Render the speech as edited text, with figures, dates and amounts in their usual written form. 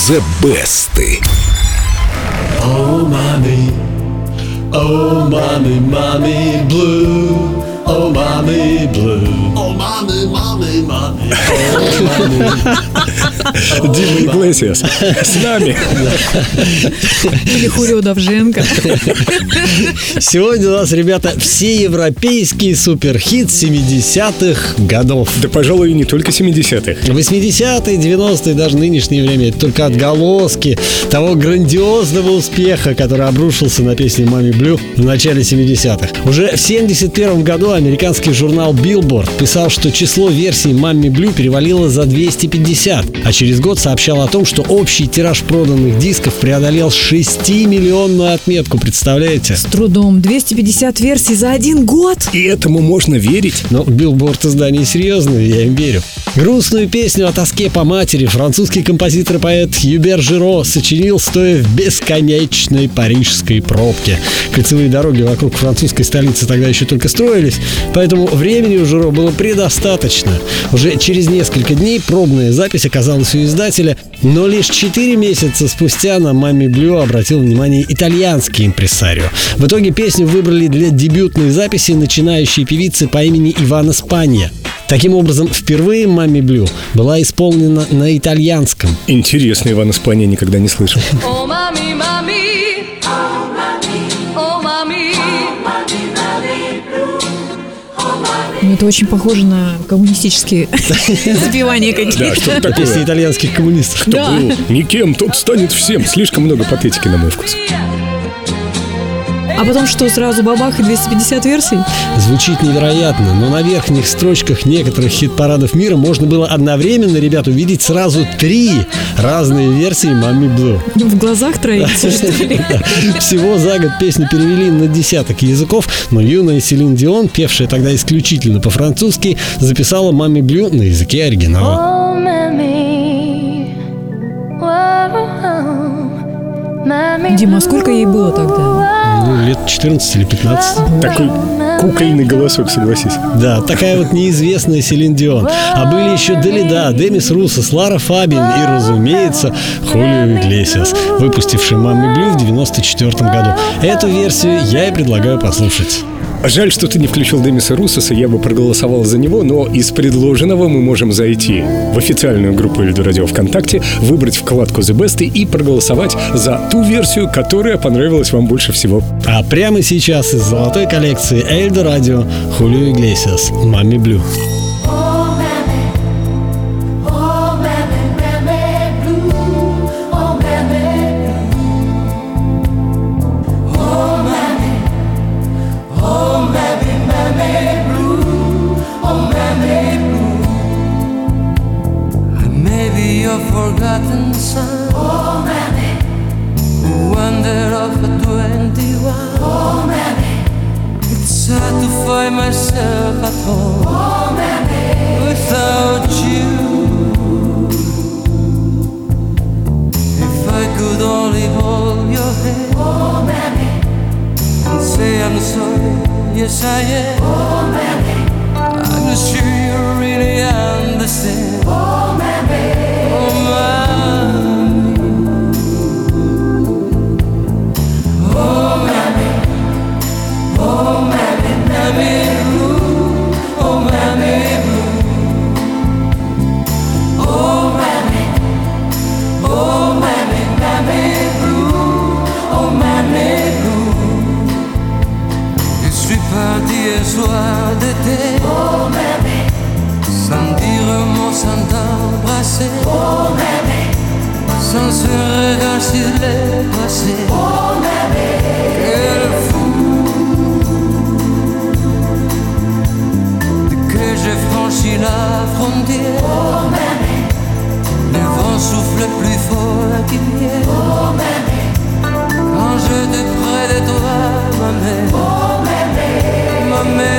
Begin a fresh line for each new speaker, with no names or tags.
The Best.
Oh, mommy, mommy blue. Oh, mommy blue. Oh, mommy, mommy, mommy. Oh, mommy.
Дима Иглесиас с нами.
Или Хурио Довженко.
Сегодня у нас, ребята, всеевропейский суперхит 70-х годов.
Да, пожалуй, и не только 70-х.
80-е, 90-е, даже нынешнее время — это только отголоски того грандиозного успеха, который обрушился на песню «Mommy Blue» в начале 70-х. Уже в 71 году американский журнал Billboard писал, что число версий «Mommy Blue» перевалило за 250, а через год сообщал о том, что общий тираж проданных дисков преодолел 6-миллионную отметку, представляете?
С трудом. 250 версий за один год.
И этому можно верить?
Но Billboard издание серьезное, я им верю. Грустную песню о тоске по матери французский композитор и поэт Юбер Жиро сочинил, стоя в бесконечной парижской пробке. Кольцевые дороги вокруг французской столицы тогда еще только строились, поэтому времени у Жиро было предостаточно. Уже через несколько дней пробная запись оказалась у издателя, но лишь 4 месяца спустя на «Mommy Blue» обратил внимание итальянский импресарио. В итоге песню выбрали для дебютной записи начинающей певицы по имени Ивана Спанья. Таким образом, впервые «Mommy Blue» была исполнена на итальянском.
Интересно, Иван Испания никогда не слышал.
Oh, mommy, mommy. Oh, mommy.
Ну, это очень похоже на коммунистические запевания
Да,
какие-то.
что такое?
Песня итальянских коммунистов.
Кто был никем, тот станет всем. Слишком много патетики, на мой вкус.
А потом что, сразу бабах и 250 версий?
Звучит невероятно, но на верхних строчках некоторых хит-парадов мира можно было одновременно, ребят, увидеть сразу 3 разные версии «Mommy Blue».
В глазах троится, что ли?
Всего за год песню перевели на десяток языков, но юная Селин Дион, певшая тогда исключительно по-французски, записала «Mommy Blue» на языке оригинала.
Oh, mommy. Mommy.
Дима, а сколько ей было тогда?
Ну, лет 14 или 15.
Такой кукольный голосок, согласись.
Да, такая вот неизвестная Селин Дион. А были еще Далида, Демис Руссос, Лара Фабиан и, разумеется, Хулио Иглесиас, выпустивший «Mommy Blue» в 94 году. Эту версию я и предлагаю послушать.
Жаль, что ты не включил Демиса Руссоса, я бы проголосовал за него, но из предложенного мы можем зайти в официальную группу Эльдо Радио ВКонтакте, выбрать вкладку The Best и проголосовать за ту версию, которая понравилась вам больше всего.
А прямо сейчас из золотой коллекции Эльдо Радио Хулио Иглесиас «Mommy Blue».
Your forgotten son, oh, mammy, who wandered off at 21. Oh, mammy, it's hard to find myself at home, oh, mammy, without you. If I could only hold your hand, oh, mammy, and say I'm sorry, yes I am, oh, mammy, I'm sure you really understand, oh, mammy. Un soir d'été, oh, sans dire un mot, sans t'embrasser, oh, sans se regard sur le passé, oh, quel fou que j'ai franchi la frontière, oh, le vent souffle plus fort qu'hier, oh, quand je te près de toi, ma mère, oh, ma mère.